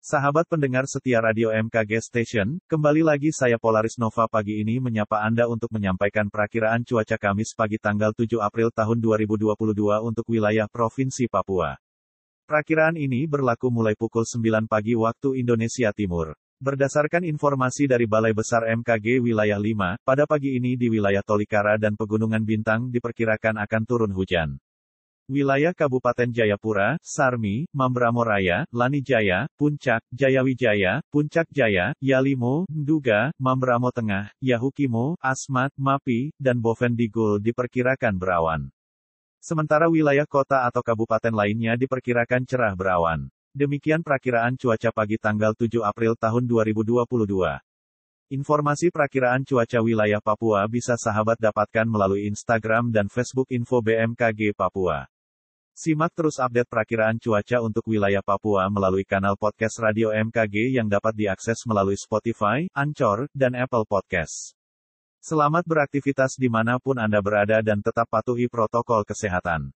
Sahabat pendengar setia Radio MKG Station, kembali lagi saya Polaris Nova pagi ini menyapa Anda untuk menyampaikan perakiraan cuaca Kamis pagi tanggal 7 April tahun 2022 untuk wilayah Provinsi Papua. Perakiraan ini berlaku mulai pukul 9 pagi waktu Indonesia Timur. Berdasarkan informasi dari Balai Besar MKG Wilayah 5, pada pagi ini di wilayah Tolikara dan Pegunungan Bintang diperkirakan akan turun hujan. Wilayah Kabupaten Jayapura, Sarmi, Mamberamo Raya, Lanijaya, Puncak, Jayawijaya, Puncak Jaya, Yalimo, Nduga, Mamberamo Tengah, Yahukimo, Asmat, Mapi, dan Bovendigul diperkirakan berawan. Sementara wilayah kota atau kabupaten lainnya diperkirakan cerah berawan. Demikian perakiraan cuaca pagi tanggal 7 April tahun 2022. Informasi perakiraan cuaca wilayah Papua bisa sahabat dapatkan melalui Instagram dan Facebook Info BMKG Papua. Simak terus update perakiraan cuaca untuk wilayah Papua melalui kanal podcast Radio MKG yang dapat diakses melalui Spotify, Anchor, dan Apple Podcast. Selamat beraktivitas dimanapun Anda berada dan tetap patuhi protokol kesehatan.